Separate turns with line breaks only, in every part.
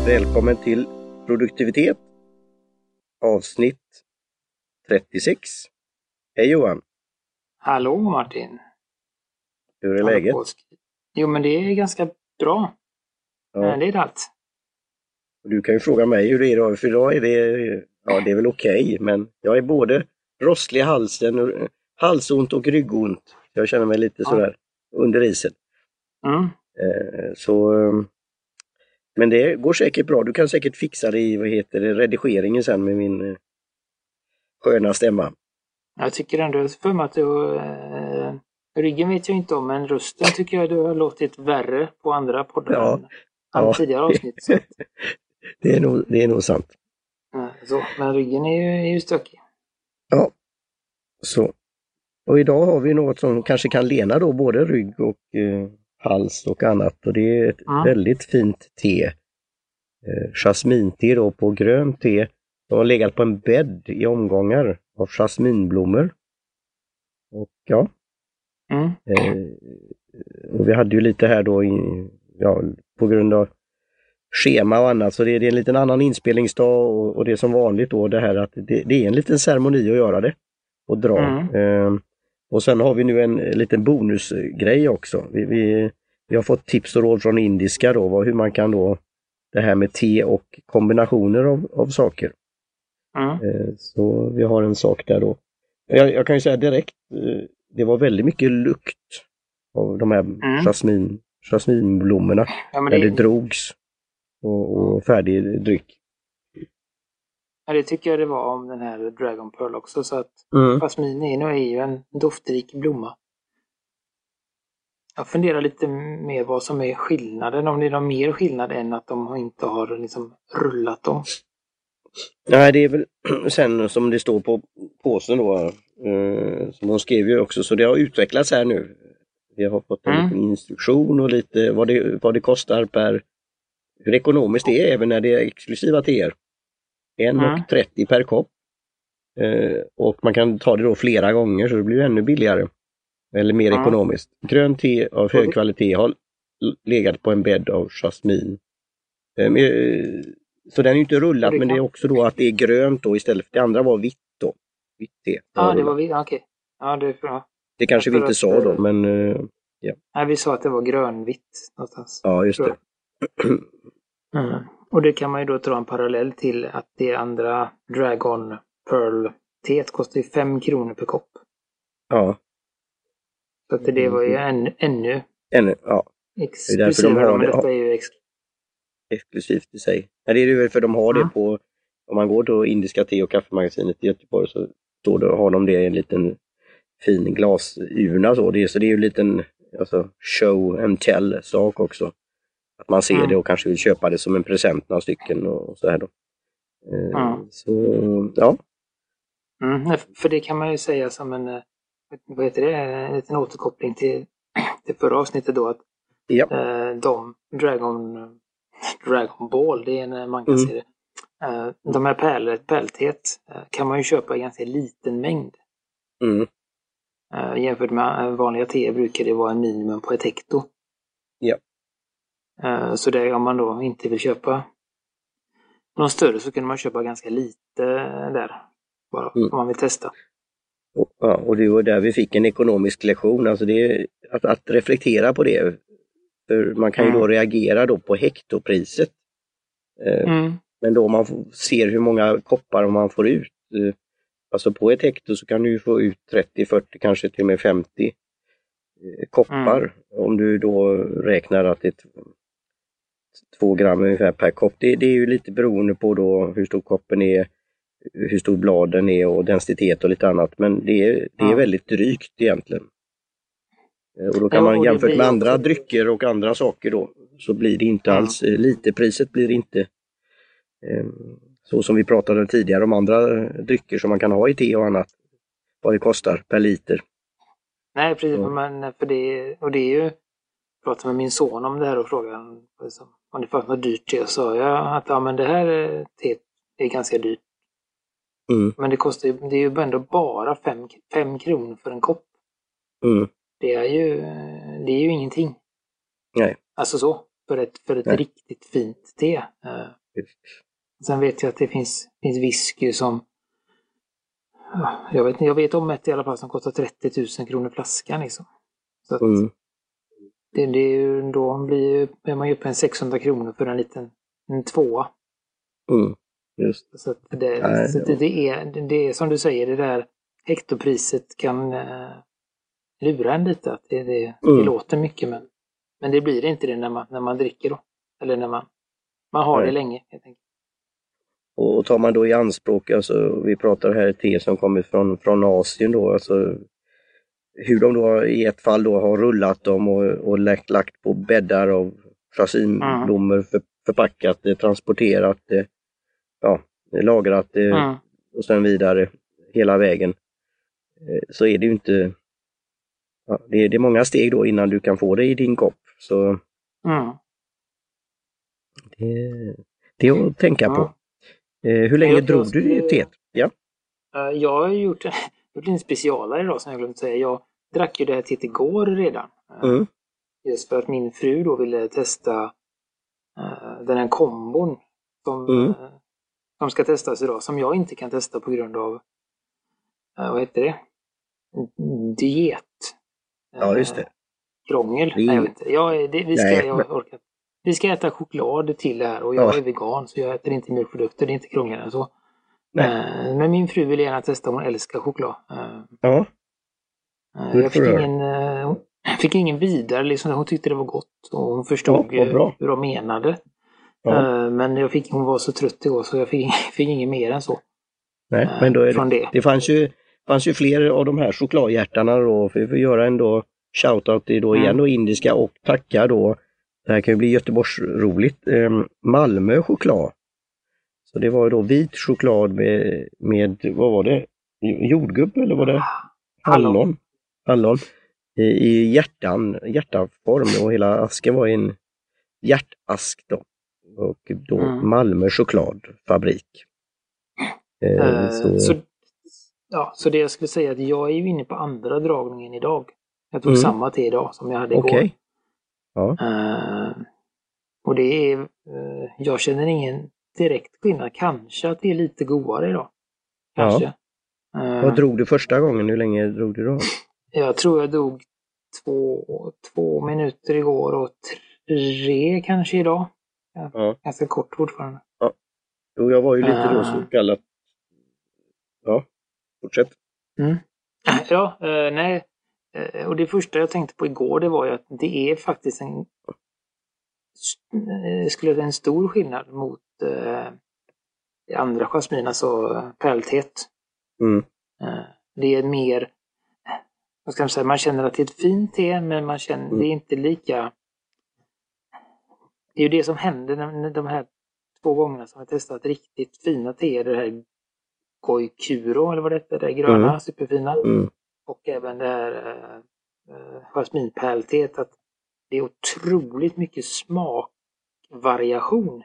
Välkommen till produktivitet avsnitt 36. Hej Johan.
Hallå Martin.
Hur är läget?
Jo men det är ganska bra.
Ja.
Det är allt.
Du kan ju fråga mig hur det är idag, för idag är det är väl okej, men jag är både rosslig i halsen, halsont och ryggont. Jag känner mig lite sådär under isen.
Mm.
Men det går säkert bra. Du kan säkert fixa det i redigeringen sen med min sköna stämma.
Jag tycker ändå för mig att ryggen vet jag inte om, men rösten tycker jag du har låtit värre på andra poddar än tidigare avsnitt. Så.
Det är nog sant.
Men ryggen är ju stökig.
Ja, så. Och idag har vi något som kanske kan lena då både rygg och hals och annat. Och det är ett väldigt fint te. Jasminte då på grönt te. De har legat på en bädd i omgångar av jasminblommor. Och ja. Och vi hade ju lite här då på grund av schema och annat, så det är en liten annan inspelningsdag och det är som vanligt då det här att det är en liten ceremoni att göra det och dra. Och sen har vi nu en liten bonusgrej också. Vi har fått tips och råd från indiska då, hur man kan då det här med te och kombinationer av saker. Så vi har en sak där då. Jag kan ju säga direkt, det var väldigt mycket lukt av de här jasminblommorna när det drogs och färdig dryck.
Ja, det tycker jag det var om den här Dragon Pearl också, så att jasmin är ju en doftrik blomma. Jag funderar lite mer vad som är skillnaden, om det är någon mer skillnad än att de inte har liksom rullat dem.
Nej, det är väl sen som det står på påsen då, som de skrev ju också, så det har utvecklats här nu. Vi har fått en liten instruktion och lite vad det kostar per, hur ekonomiskt det är även när det är exklusiva teer. 1,30 per kopp. Och man kan ta det då flera gånger så det blir ännu billigare. Eller mer ekonomiskt. Grön te av hög kvalitet har legat på en bädd av jasmin. Så den är ju inte rullat, men det är också då att det är grönt då istället för det andra var vitt då. Vitt te.
Ja, det var vitt, okej. Ja, det är bra.
Det kanske vi inte sa då, men ja.
Nej, vi sa att det var grönvitt någonstans.
Ja, just det.
Och det kan man ju då dra en parallell till att det andra Dragon Pearl teet kostar 5 kronor per kopp.
Ja.
Så att det var ju ännu
exklusivare.
De har men detta är ju
exklusivt i sig. Ja, det är ju för de har det på, om man går till indiska te- och kaffemagasinet i Göteborg så har de det i en liten fin glasurna så. Det är ju en liten show and tell sak också. Att man ser det och kanske vill köpa det som en present några stycken och så här då. Så, ja.
För det kan man ju säga som en liten återkoppling till förra avsnittet då att de Dragon Ball, det är en man kan se det. De här pärltet kan man ju köpa i ganska liten mängd. Jämfört med vanliga te brukar det vara en minimum på ett hekto.
Ja.
Så det, om man då inte vill köpa någon större så kan man köpa ganska lite där. Bara om man vill testa.
Och det var där vi fick en ekonomisk lektion. Alltså det är att reflektera på det. För man kan ju då reagera då på hektopriset. Men då man ser hur många koppar man får ut. Alltså på ett hekto så kan du få ut 30, 40, kanske till och med 50 koppar. Om du då räknar att det är 2 gram ungefär per kopp. Det är ju lite beroende på då hur stor koppen är, hur stor bladen är och densitet och lite annat. Men det är väldigt drygt egentligen. Och då kan man jämfört med andra drycker och andra saker då, så blir det inte alls, literpriset blir inte så som vi pratade tidigare om andra drycker som man kan ha i te och annat, vad det kostar per liter.
Nej, precis, men för det är ju, pratade med min son om det här och frågade om det fanns något dyrt te, och sa jag att men det här teet är ganska dyrt. Men det är ju ändå bara 5 kronor för en kopp. Det är ju ingenting.
Nej.
Alltså så. för ett riktigt fint te. Sen vet jag att det finns whisky som jag vet om ett i alla fall som kostar 30 000 kronor flaskan liksom. Så att det är ju, då är man ju uppe en 600 kronor för en tvåa.
Just.
Så att det är som du säger, det där hektopriset kan lura en lite. Att det låter mycket, men det blir inte det när man dricker då. Eller när man har det länge, helt enkelt.
Och tar man då i anspråk, alltså vi pratar här te som kommer från Asien då, alltså hur de då i ett fall då har rullat dem och lagt på bäddar av jasminblommor, förpackat det, transporterat det, lagrat det och sen vidare hela vägen. Så är det ju inte, det är många steg då innan du kan få det i din kopp. Så det är att tänka på. Hur länge drog du i teet? Ja.
Jag har gjort en specialare idag som jag glömde säga. Jag drack ju det här teet igår redan. Just för att min fru då ville testa den här kombon som ska testas idag. Som jag inte kan testa på grund av vad heter det? Diet.
Ja, just det.
Krångel. Nej, jag vet inte. Vi ska äta choklad till det här och jag är vegan så jag äter inte mjölkprodukter, det är inte krångligare än så. Men min fru vill gärna testa, hon älskar choklad. Jag fick ingen vidare, liksom, hon tyckte det var gott och hon förstod hur de menade. Men hon var så trött igår så jag fick ingen mer än så.
Nej, men då är det fanns ju fler av de här chokladhjärtarna då, för vi får göra ändå shoutout till då igen då indiska och tacka då. Det här kan ju bli Göteborgs roligt. Malmö choklad. Så det var då vit choklad med vad var det? Jordgubb eller var det? Hallon. I hjärtaform och hela asken var en hjärtask då. Och då Malmö chokladfabrik.
Så det jag skulle säga är att jag är ju inne på andra dragningen idag. Jag tog samma te idag som jag hade igår.
Okay.
Och det är jag känner ingen direkt skillnad. Kanske att det är lite godare idag. Kanske.
Vad drog du första gången? Hur länge drog du då?
Jag tror jag drog 2 minuter igår och 3 kanske idag. Ganska kort fortfarande.
Jo, jag var ju lite då så kallat. Ja, fortsätt.
Nej. Och det första jag tänkte på igår, det var ju att det är faktiskt en stor skillnad mot andra jasmin, alltså pärltet. Det är mer, vad ska man säga, man känner att det är ett fint te, men man känner det är inte lika. Det är ju det som händer när de här 2 gångerna som jag testat riktigt fina te, det här Goikuro eller vad det heter, det gröna, superfina. Och även det här jasminpärlteet, att det är otroligt mycket smakvariation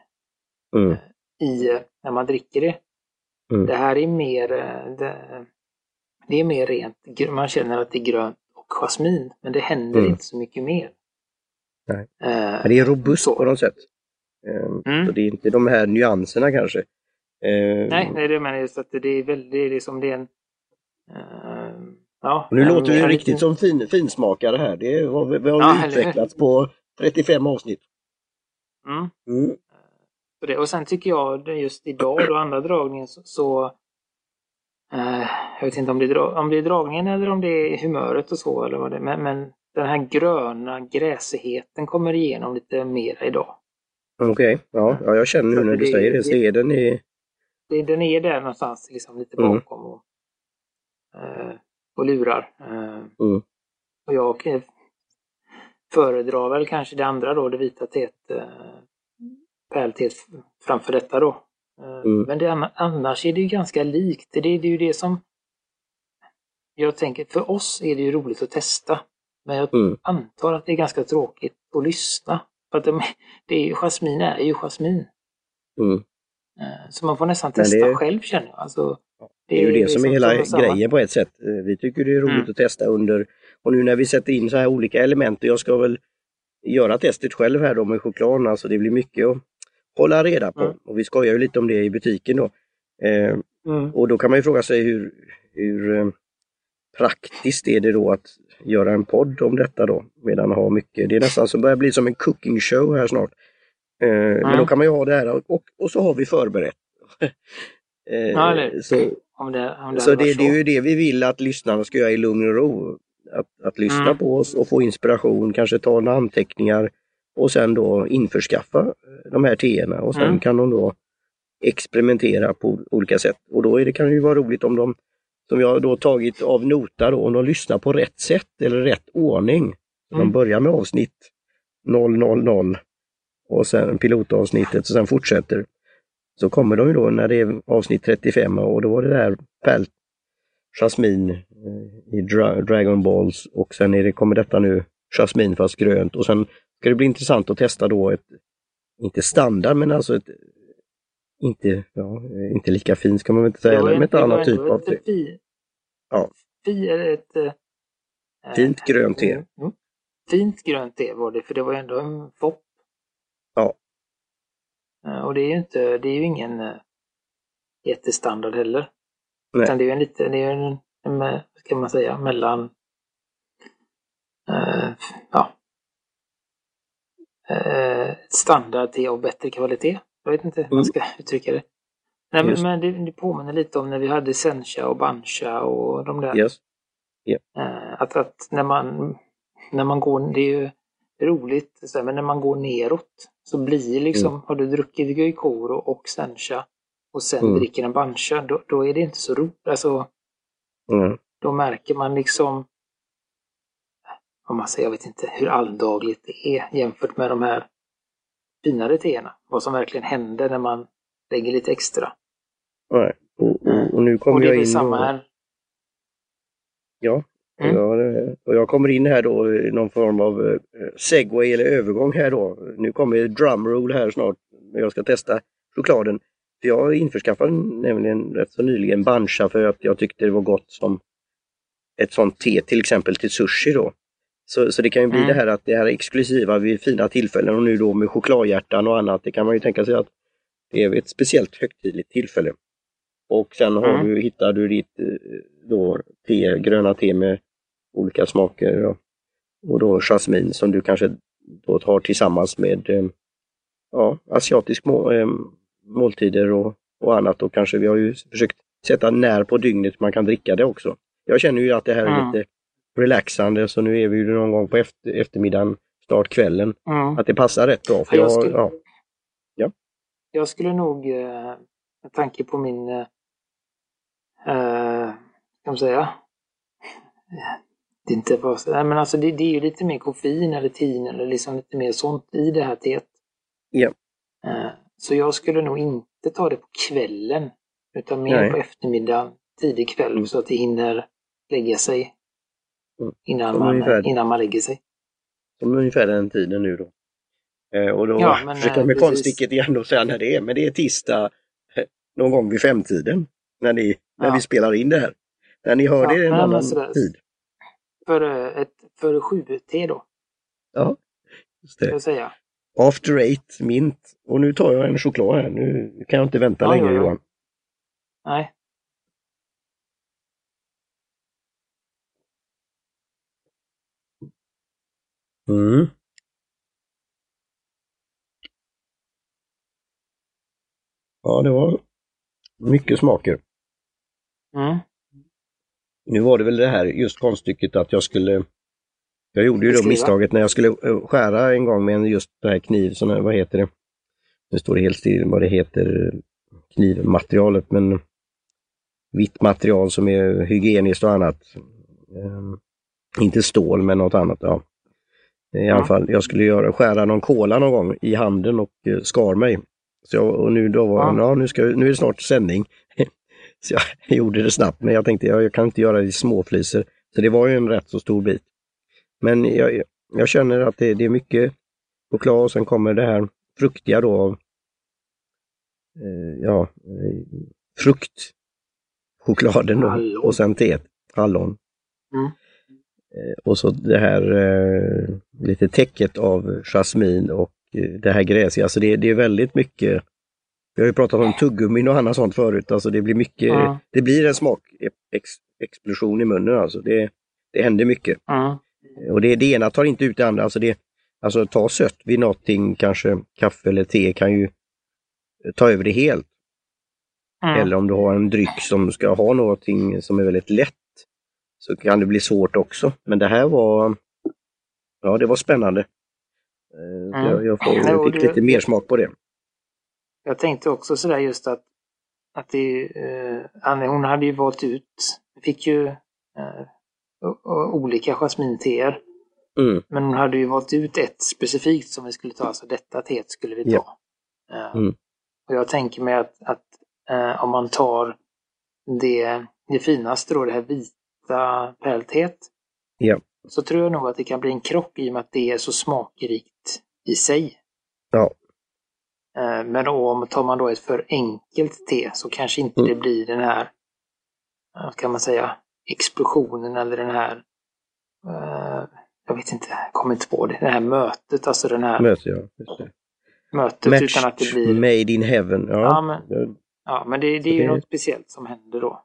när man dricker det. Det här är mer det är mer rent, man känner att det är grönt och jasmin, men det händer inte så mycket mer.
Nej. Men det är robust på något sätt. Så det är inte de här nyanserna kanske.
Nej, det menar just att det är väldigt liksom det är en
och nu låter vi riktigt som finsmakare här. Det har vi utvecklats på 35 avsnitt.
Och sen tycker jag just idag då, andra dragningen så jag vet inte om det är dragningen eller om det är humöret och så eller vad det är, men den här gröna gräsigheten kommer igenom lite mer idag.
Okej. Ja, jag känner nu när du säger det, så är den
den är där någonstans liksom lite bakom och lurar. Och jag föredrar väl kanske det andra då, det vita teet, pärlteet framför detta då. Men annars är det ju ganska likt. Det är ju det som jag tänker, för oss är det ju roligt att testa. Men jag antar att det är ganska tråkigt att lyssna. För att jasmin är ju jasmin. Så man får nästan testa själv, känner jag. Alltså,
det är ju det som är hela grejen på ett sätt. Vi tycker det är roligt att testa under. Och nu när vi sätter in så här olika element, och jag ska väl göra testet själv här då med chokladen. Alltså det blir mycket att hålla reda på. Och vi skojar ju lite om det i butiken då. Och då kan man ju fråga sig hur praktiskt är det då att göra en podd om detta då, medan ha mycket. Det är nästan som börjar bli som en cooking show här snart. Men då kan man ju ha det här och så har vi förberett. Så det är ju det vi vill att lyssnarna ska göra i lugn och ro. Att lyssna på oss och få inspiration, kanske ta några anteckningar och sen då införskaffa de här teerna och sen kan de då experimentera på olika sätt. Och då kan det ju vara roligt om de, som jag då tagit av nota då, om de lyssnar på rätt sätt eller rätt ordning. De börjar med avsnitt 000 och sen pilotavsnittet och sen fortsätter. Så kommer de ju då när det är avsnitt 35 och då är det där jasmin i Dragon Balls och sen kommer detta nu jasmin fast grönt och sen ska det bli intressant att testa då inte standard men alltså inte lika fint ska man väl inte säga, men ett annat typ av te. Fint grönt te.
Fint grönt te var det, för det var ändå en fopp.
Ja.
Och det är ju ingen jättestandard heller.
Nej.
Utan det är ju en ska man säga, mellan standard te och bättre kvalitet. Jag vet inte hur man ska uttrycka det. Nej, men det påminner lite om när vi hade Sencha och Bancha och de där.
Yes.
Att när man går, det är ju roligt, men när man går neråt så blir liksom, har du druckit Guicoro och Sencha och sen dricker en Bancha, då är det inte så roligt. Alltså, då märker man liksom, om man säger, jag vet inte hur alldagligt det är jämfört med de här finare teerna. Vad som verkligen händer när man lägger lite extra.
Nej. Och nu kommer jag in
samma här.
Ja. Och jag kommer in här då i någon form av segway eller övergång här då. Nu kommer drumroll här snart när jag ska testa chokladen. För jag införskaffade nämligen rätt så nyligen Bancha för att jag tyckte det var gott som ett sånt te till exempel till sushi då. Så det kan ju bli det här att det här är exklusiva vid fina tillfällen och nu då med chokladhjärtan och annat. Det kan man ju tänka sig att det är ett speciellt högtidligt tillfälle. Och sen hittar du ditt då gröna te med olika smaker och då jasmin som du kanske då tar tillsammans med asiatisk måltider och annat. Och kanske vi har ju försökt sätta när på dygnet man kan dricka det också. Jag känner ju att det här är lite relaxande, så nu är vi ju någon gång på eftermiddagen, snart kvällen, att det passar rätt bra. För
jag skulle nog, med tanke på min kan man säga, det är inte bara, men alltså det är ju lite mer koffein eller tin eller liksom lite mer sånt i det här teet.
Ja.
Så jag skulle nog inte ta det på kvällen utan mer på eftermiddagen, tidig kväll, så att det hinner lägga sig innan man lägger sig.
Som ungefär den tiden nu då. Och då försöker jag med konststycket igen och säga när det är. Men det är tisdag någon gång vid 5-tiden när vi spelar in det här. När ni hör det en annan tid.
För 7-te då.
Ja, just det.
Jag säga.
After 8, mint. Och nu tar jag en choklad här. Nu kan jag inte vänta längre, Johan.
Nej.
Ja, det var mycket smaker. Nu var det väl det här just konststycket att jag gjorde ju då misstaget när jag skulle skära en gång med just det här kniv, vad heter det? Nu står det helt still vad det heter, knivmaterialet, men vitt material som är hygieniskt och annat. Inte stål men något annat, ja. I alla fall, jag skulle skära någon kola någon gång i handen och skar mig. Så nu är det snart sändning. Så jag gjorde det snabbt, men jag tänkte jag kan inte göra det i småfliser. Så det var ju en rätt så stor bit. Men jag känner att det är mycket choklad och sen kommer det här fruktiga då av fruktchokladen då, och sen teet, hallon. Och så det här lite täcket av jasmin och det här gräsiga. Alltså det är väldigt mycket. Vi har ju pratat om tuggummin och annat sånt förut. Alltså det blir mycket, det blir en smakexplosion i munnen. Alltså det händer mycket. Och det ena tar inte ut det andra. Alltså ta sött vid någonting, kanske kaffe eller te kan ju ta över det helt. Eller om du har en dryck som ska ha någonting som är väldigt lätt, så kan det bli svårt också. Men det här var, det var spännande. Jag fick lite mer smak på det.
Jag tänkte också sådär just att hon hade ju valt ut, fick ju olika jasminteer. Men hon hade ju valt ut ett specifikt som vi skulle ta, alltså detta teet skulle vi ta. Och jag tänker mig att om man tar det finaste då, det här vita pärlteet, så tror jag nog att det kan bli en krock i och med att det är så smakrikt i sig.
Ja.
Men om tar man då ett för enkelt te så kanske inte det blir den här, kan man säga, explosionen eller den här, jag vet inte, jag kommer inte på det, här mötet, alltså den här mötet
Matched,
utan att det blir
made in heaven.
Men det är ju något speciellt som händer då.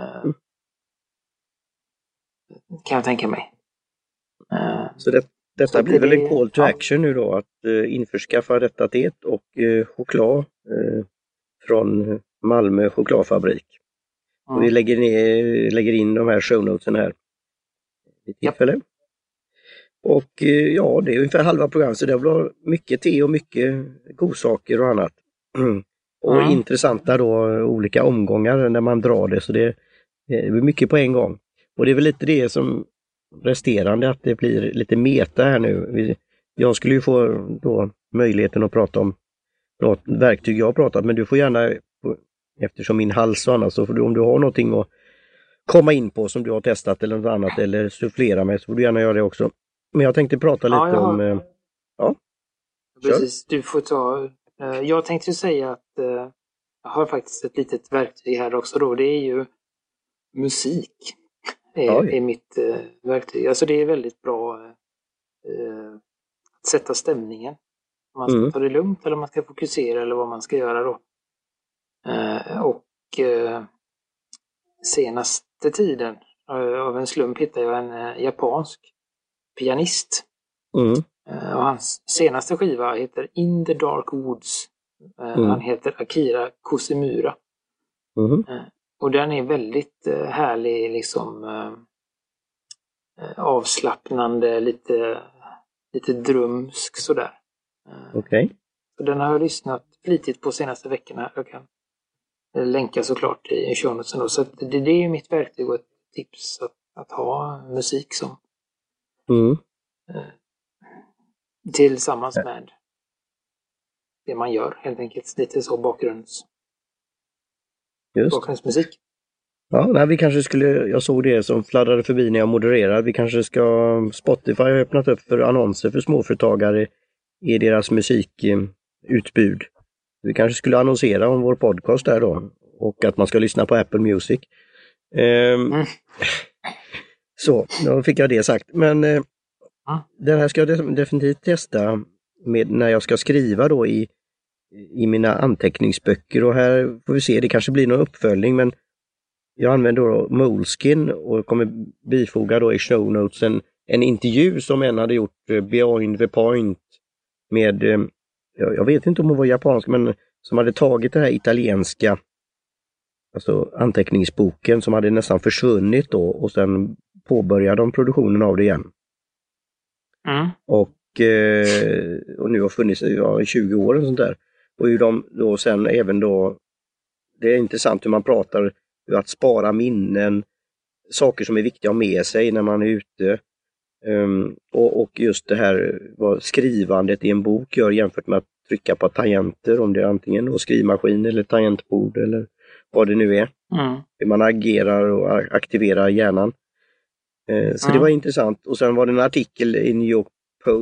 Kan jag tänka mig.
Så detta blir väl en call to action nu då, att införskaffa detta teet och choklad från Malmö chokladfabrik. Och vi lägger in de här show notesen här vid tillfälle. Och det är ungefär halva program, så det blir mycket te och mycket godsaker och annat. Och intressanta då olika omgångar när man drar det, så det blir mycket på en gång. Och det är väl lite det som resterande, att det blir lite meta här nu. Jag skulle ju få då möjligheten att prata om något verktyg jag har pratat, men du får gärna, eftersom min hals och annat, så om du har någonting att komma in på som du har testat eller något annat eller sufflera med, så får du gärna göra det också. Men jag tänkte prata lite om...
Precis, du får ta... Jag tänkte säga att jag har faktiskt ett litet verktyg här också då. Det är ju musik. Är mitt verktyg. Alltså det är väldigt bra att sätta stämningen. Om man ska ta det lugnt eller om man ska fokusera eller vad man ska göra då. Senaste tiden av en slump hittade jag en japansk pianist. Och hans senaste skiva heter In the Dark Woods. Han heter Akira Kusimura. Och den är väldigt härlig, liksom avslappnande, lite drömsk sådär.
Okej.
Så den har jag lyssnat flitigt på senaste veckorna. Jag kan länka såklart i show notesen då. Så det är ju mitt verktyg och ett tips att ha musik som tillsammans med det man gör, helt enkelt lite så bakgrundsmusik.
Ja, vi kanske skulle, jag såg det som fladdrade förbi när jag modererade, vi kanske ska, Spotify har öppnat upp för annonser för småföretagare i deras musikutbud. Vi kanske skulle annonsera om vår podcast där då, och att man ska lyssna på Apple Music. Så, då fick jag det sagt. Men den här ska jag definitivt testa med när jag ska skriva då i mina anteckningsböcker, och här får vi se, det kanske blir någon uppföljning, men jag använder då Moleskine och kommer bifoga då i show notes en intervju som en hade gjort, Behind the Point, med, jag vet inte om hon var japansk, men som hade tagit det här italienska, alltså anteckningsboken som hade nästan försvunnit då, och sen påbörjade de produktionen av det igen. Och nu har funnits i 20 år och sånt där. Och hur de då sen även då, det är intressant hur man pratar, att spara minnen, saker som är viktiga att ha med sig när man är ute. Och just det här vad skrivandet i en bok gör jämfört med att trycka på tangenter, om det är antingen då skrivmaskin eller tangentbord eller vad det nu är. Hur man agerar och aktiverar hjärnan. Så det var intressant. Och sen var det en artikel i New York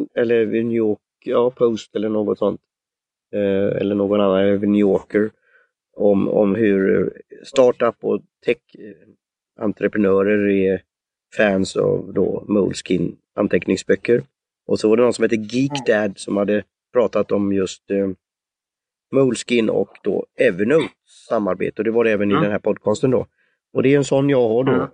Post eller något sånt. Eller någon annan, New Yorker, om hur startup och tech-entreprenörer är fans av då Moleskine anteckningsböcker. Och så var det någon som hette Geek Dad som hade pratat om just Moleskine och då Evernote samarbete. Och det var det även i den här podcasten då. Och det är en sån jag har då.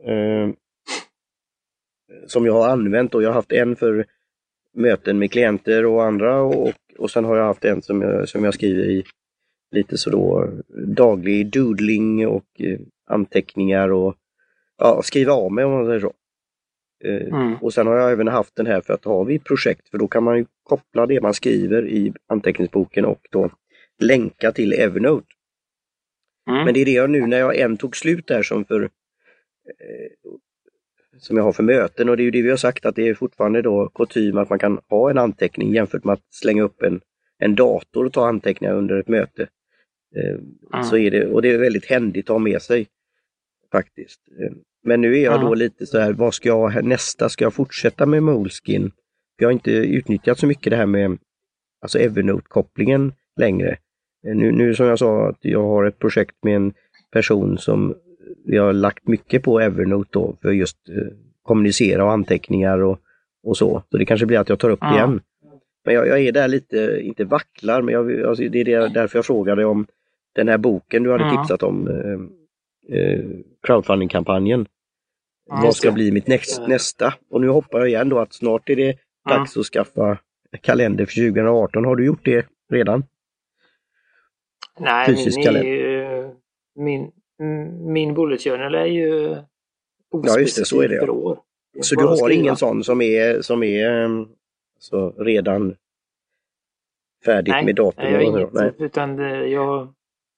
Som jag har använt, och jag har haft en för möten med klienter och andra, och sen har jag haft en som jag skriver i lite så då daglig doodling och anteckningar och skriva av mig om man säger så. Och sen har jag även haft den här för att ha vi projekt, för då kan man ju koppla det man skriver i anteckningsboken och då länka till Evernote. Men det är det jag nu när jag tog slut där som jag har för möten, och det är ju det vi har sagt att det är fortfarande då kutym att man kan ha en anteckning jämfört med att slänga upp en dator och ta anteckningar under ett möte. Så är det, och det är väldigt händigt att ha med sig faktiskt. Men nu är jag då lite så här, vad ska jag nästa? Ska jag fortsätta med Moleskine? Jag har inte utnyttjat så mycket det här med alltså Evernote-kopplingen längre. Nu som jag sa, att jag har ett projekt med en person som vi har lagt mycket på Evernote då för just kommunicera och anteckningar och så. Så det kanske blir att jag tar upp igen. Men jag är där lite, inte vacklar, men det är därför jag frågade om den här boken du hade tipsat om, crowdfunding-kampanjen. Vad ska bli mitt nästa? Och nu hoppar jag igen då att snart är det dags att skaffa kalender för 2018. Har du gjort det redan?
Nej, min bullet journal är ju
ospecifikt så är det,
för år.
Så du har ingen sån som är så redan färdigt med datum?
Nej, jag har inget, utan jag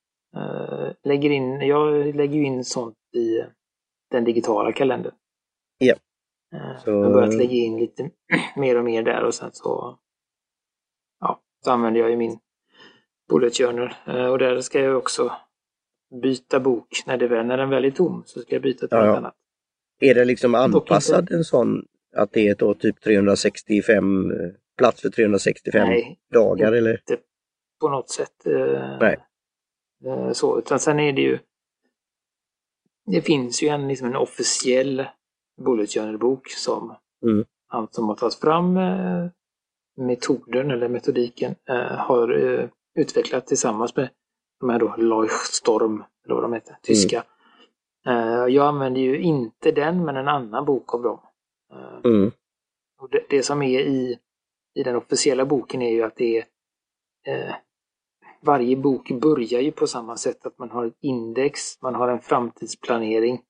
lägger in sånt i den digitala kalendern.
Ja.
Jag har börjat lägga in lite mer och mer där, och sen så använder jag ju min bullet journal. Och där ska jag också byta bok när den väl är tom, så ska jag byta till något annat.
Är det liksom anpassad en sån att det är då typ 365 plats för 365 dagar eller?
Inte på något sätt.
Nej.
Så, utan sen är det ju, det finns ju en officiell bullet journal-bok som han som har tagit fram metoden eller metodiken har utvecklat tillsammans med de här då Leuchtstorm, eller vad de heter, tyska. Jag använder ju inte den, men en annan bok av dem. Och det som är i den officiella boken är ju att det är varje bok börjar ju på samma sätt, att man har ett index, man har en framtidsplanering.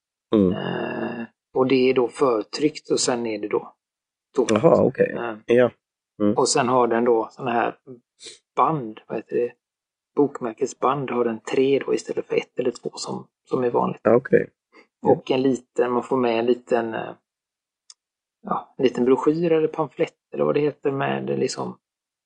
Och det är då förtryckt, och sen är det då tomt.
Jaha, okej. Ja.
Och sen har den då såna här band, vad heter det? Bokmärkesband har den 3 då istället för 1 eller 2 som är vanligt.
Okay.
Och man får med en liten broschyr eller pamflett eller vad det heter, med liksom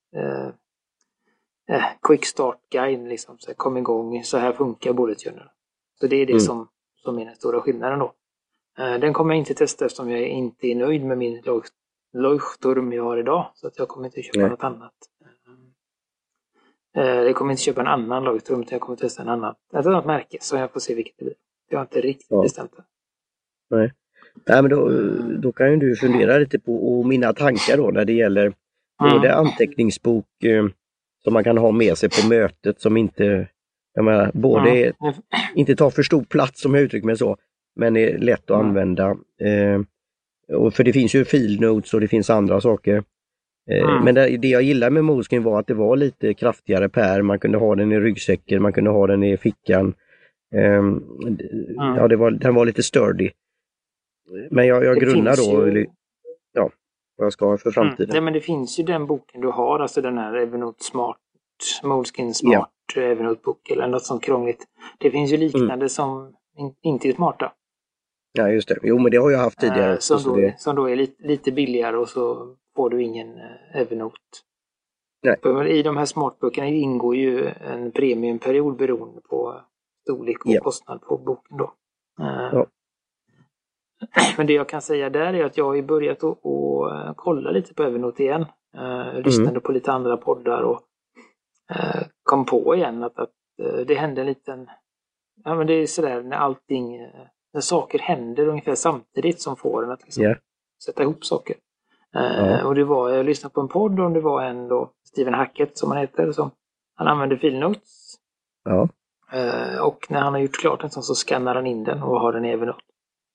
quick start guide, liksom, så här, kom igång, så här funkar bullet journal. Så det är det som är den stora skillnaden då. Den kommer jag inte testa eftersom jag inte är nöjd med min Leuchtturm jag har idag, så att jag kommer inte köpa något annat. Jag kommer inte köpa en annan Leuchtturm, utan jag kommer testa ett annat märke, så jag får se vilket det blir. Jag har inte riktigt bestämt det.
Nej, men då kan ju du fundera lite på mina tankar då när det gäller både anteckningsbok som man kan ha med sig på mötet, som inte, jag menar, både inte tar för stor plats, som jag uttrycker mig så, men är lätt att använda. Och för det finns ju filnotes och det finns andra saker. Men det jag gillar med Moleskine var att det var lite kraftigare pär. Man kunde ha den i ryggsäcken, man kunde ha den i fickan. Den var lite sturdy. Men jag grunnar då vad jag ska ha för framtiden.
Nej, men det finns ju den boken du har, alltså den här Evernote Smart, Moleskine Smart Evernote-bok eller något sånt krångligt. Det finns ju liknande som inte är smarta.
Ja, just det. Jo, men det har jag haft tidigare.
Som då är lite billigare, och så får du ingen Evernote.
Nej.
För i de här smartböckerna ingår ju en premiumperiod beroende på storlek och kostnad på boken då. Men det jag kan säga där är att jag har börjat att kolla lite på Evernote igen. Lyssnade på lite andra poddar och kom på igen att det hände en liten... Ja, men det är sådär när allting när saker händer ungefär samtidigt som får en att liksom sätta ihop saker. Och jag lyssnade på en podd och det var en då, Stephen Hackett som han heter, som han använder filnotes.
Ja.
Och när han har gjort klart en sån så skannar han in den och har den i Evernote.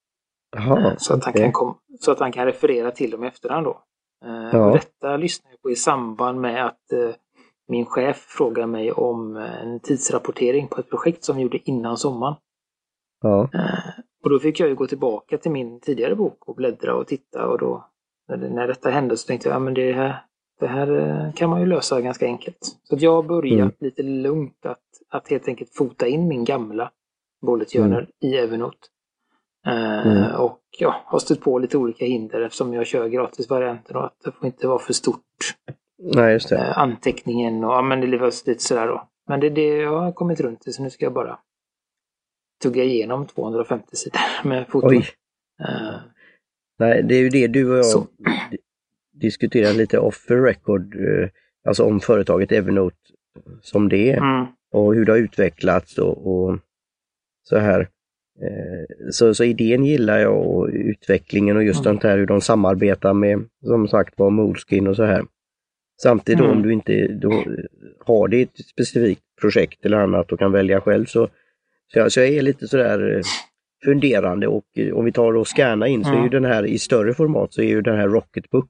Så att han kan referera till dem i efterhand då. Och detta lyssnar jag på i samband med att min chef frågar mig om en tidsrapportering på ett projekt som vi gjorde innan sommaren.
Ja.
Och då fick jag ju gå tillbaka till min tidigare bok och bläddra och titta, och då när detta hände så tänkte jag det här kan man ju lösa ganska enkelt. Så att jag har börjat lite lugnt att helt enkelt fota in min gamla bullet journal i Evernote. Och har stött på lite olika hinder eftersom jag kör gratisvarianten och att det får inte vara för stort.
Nej, just det.
Anteckningen och men det var lite sådär då. Men det jag har kommit runt det, så nu ska jag bara tugga igenom 250 sidor med foton. Oj.
Nej, det är ju det du och jag diskuterar lite off the record, alltså om företaget Evernote som det är och hur det har utvecklats och så här. Så idén gillar jag, och utvecklingen och just sånt här hur de samarbetar med, som sagt var, Moleskine och så här. Samtidigt om du inte då har det ett specifikt projekt eller annat och kan välja själv, så jag är lite sådär funderande, och om vi tar och scanna in så är ju den här i större format, så är ju den här Rocketbook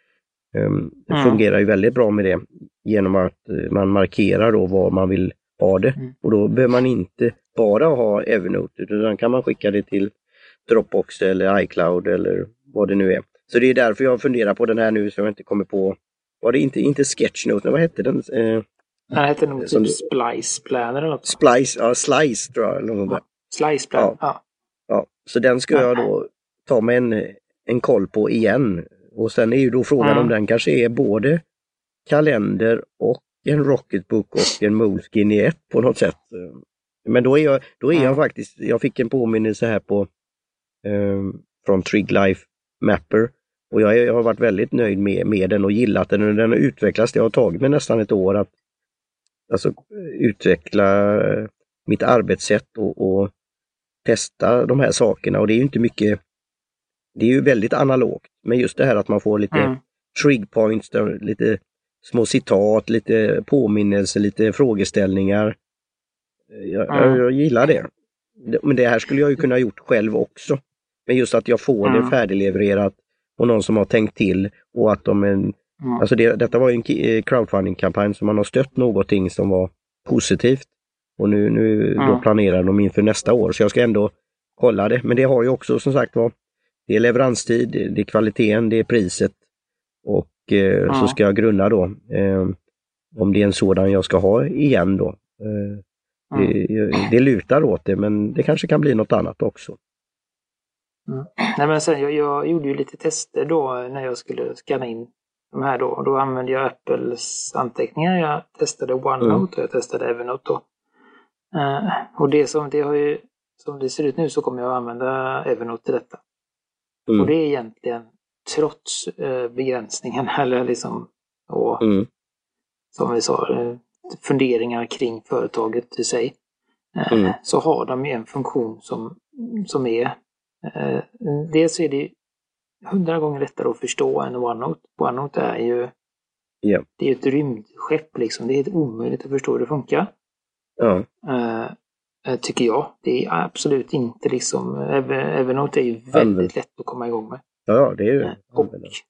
det fungerar ju väldigt bra med det, genom att man markerar då var man vill ha det, och då behöver man inte bara ha Evernote, utan kan man skicka det till Dropbox eller iCloud eller vad det nu är. Så det är därför jag funderar på den här nu, så jag inte kommer på, var det inte Sketchnote, vad hette den?
Den hette nog typ Splice Planner eller något.
Slice tror jag. Eller
Slice Planner,
ja. Så den ska jag då ta med en koll på igen. Och sen är ju då frågan om den kanske är både kalender och en Rocketbook och en Moleskine i ett på något sätt. Men då är jag faktiskt, jag fick en påminnelse här på från Trig Life Mapper, och jag har varit väldigt nöjd med den och gillat den, och den har utvecklats. Det har tagit mig nästan ett år att utveckla mitt arbetssätt och testa de här sakerna, och det är ju inte mycket, det är ju väldigt analogt, men just det här att man får lite trig points, lite små citat, lite påminnelser, lite frågeställningar. Jag gillar det. Men det här skulle jag ju kunna gjort själv också. Men just att jag får det färdiglevererat och någon som har tänkt till, och att alltså detta var ju en crowdfunding-kampanj som man har stött någonting som var positivt. Och nu då planerar de inför nästa år, så jag ska ändå kolla det. Men det har ju också som sagt var, det är leveranstid, det är kvaliteten, det är priset, och så ska jag grunna då om det är en sådan jag ska ha igen då. Det lutar åt det, men det kanske kan bli något annat också.
Nej, men sen jag gjorde ju lite tester då när jag skulle scanna in de här då. Då använde jag Apples anteckningar. Jag testade OneNote och jag testade Evernote då. Och som det ser ut nu så kommer jag att använda Evernote till detta. Och det är egentligen trots begränsningen eller liksom och som vi sa, funderingar kring företaget i sig. Så har de en funktion som är dels är det 100 gånger lättare att förstå än OneNote. OneNote är ju det är ett rymdskepp liksom. Det är helt omöjligt att förstå hur det funkar. Tycker jag. Det är absolut inte liksom, Evernote är ju väldigt lätt att komma igång med.
Ja, det är ju.
Och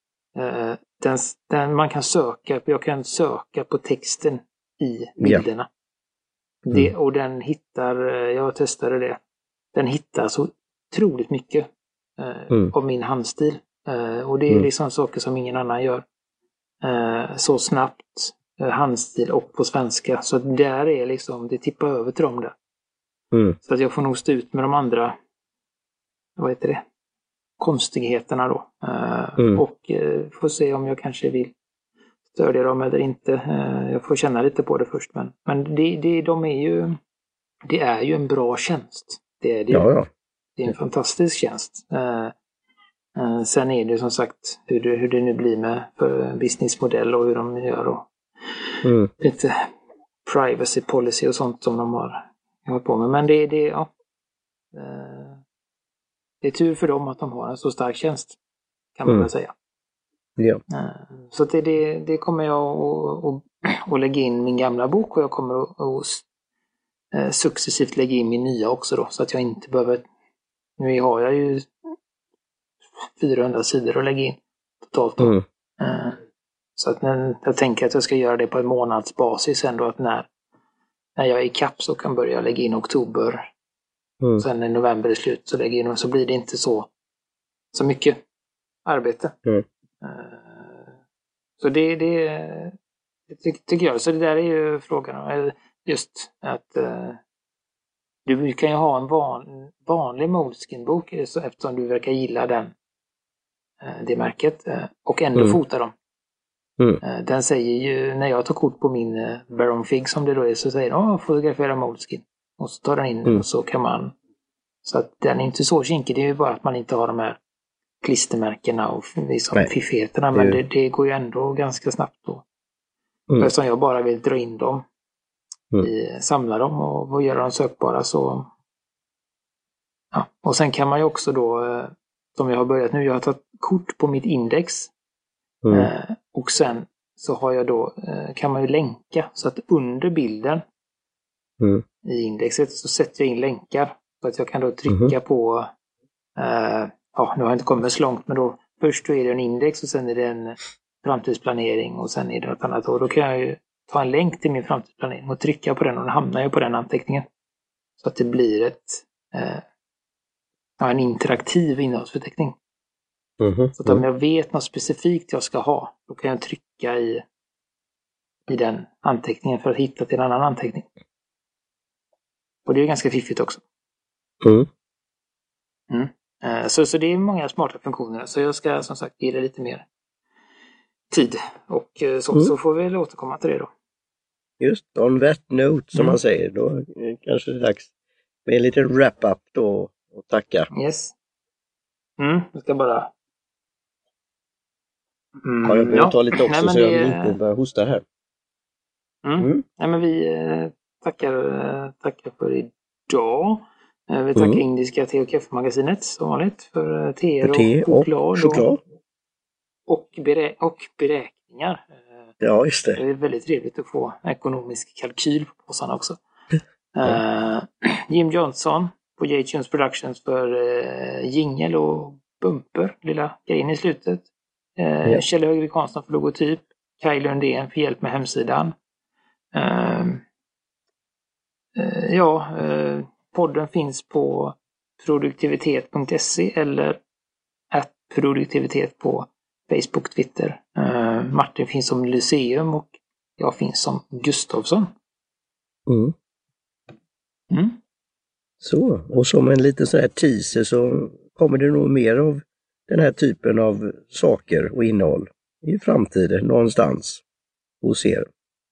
man kan jag kan söka på texten i bilderna. Och den hittar, jag testade det. Den hittar så otroligt mycket av min handstil. Och det är liksom saker som ingen annan gör. Så snabbt handstil och på svenska. Så där är liksom, det tippar över till dem där. Så att jag får nog stå ut med de andra, vad heter det, konstigheterna då. Och får se om jag kanske vill stödja dem eller inte. Jag får känna lite på det först. Men det är ju en bra tjänst. Det är det. Ja. Det är en fantastisk tjänst. Sen är det som sagt hur det nu blir med för businessmodell och hur de gör och lite privacy policy och sånt som de har på med. Men det är tur för dem att de har en så stark tjänst, kan man väl säga.
Ja.
Så det kommer jag att lägga in min gamla bok, och jag kommer att successivt lägga in min nya också då, så att jag inte behöver. Nu har jag ju 400 sidor att lägga in totalt då. Så att jag tänker att jag ska göra det på en månadsbasis ändå, att när jag är i kapp så kan börja lägga in oktober. Sen i november är slut så lägger jag in, så blir det inte så mycket arbete. Så det tycker jag. Så det där är ju frågan. Just att du kan ju ha en vanlig Moleskine-bok eftersom du verkar gilla det märket, och ändå fota dem. Den säger ju, när jag tar kort på min Baron Fig som det då är, så säger den fotografera Moleskine. Och så tar den in och så kan man. Så att den är inte så kinkig, det är ju bara att man inte har de här klistermärkena och liksom fiffigheterna, men det går ju ändå ganska snabbt då. Eftersom jag bara vill dra in dem, samla dem och göra dem sökbara, så ja. Och sen kan man ju också då, som jag har börjat nu, jag har tagit kort på mitt index, och sen så har jag då, kan man ju länka, så att under bilden i indexet så sätter jag in länkar, så att jag kan då trycka på nu har jag inte kommit så långt, men då först är det en index och sen är det en framtidsplanering och sen är det något annat. Och då kan jag ju ta en länk till min framtidsplanering och trycka på den, och då hamnar jag på den anteckningen. Så att det blir en interaktiv innehållsförteckning. Så att om jag vet något specifikt jag ska ha, då kan jag trycka i den anteckningen för att hitta till en annan anteckning. Och det är ganska fiffigt också. Så det är många smarta funktioner. Så jag ska som sagt ge det lite mer tid. Och så får vi väl återkomma till det då.
Just, on that note som man säger. Då kanske det är dags med en liten wrap-up då och tacka.
Yes. Jag ska bara...
jag behöver ta lite också så jag inte börjar hosta här.
Nej, men vi tackar för idag. Vi tackar Indiska te- och kaffemagasinet som vanligt för te och choklad. Och beräkningar.
Ja, just det.
Det är väldigt trevligt att få ekonomisk kalkyl på påsarna också. Jim Johnson på J-Tunes Productions för jingle och bumper, lilla grejen i slutet. Kjell Högvik Hansson för logotyp. Kaj Lundén för hjälp med hemsidan. Podden finns på produktivitet.se eller @produktivitet på Facebook, Twitter. Martin finns som Lyceum och jag finns som Gustavsson.
Så, och som en liten sån här teaser så kommer det nog mer av den här typen av saker och innehåll i framtiden någonstans hos er.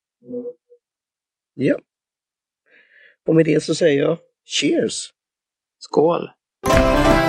Ja. Och med det så säger jag cheers!
Skål!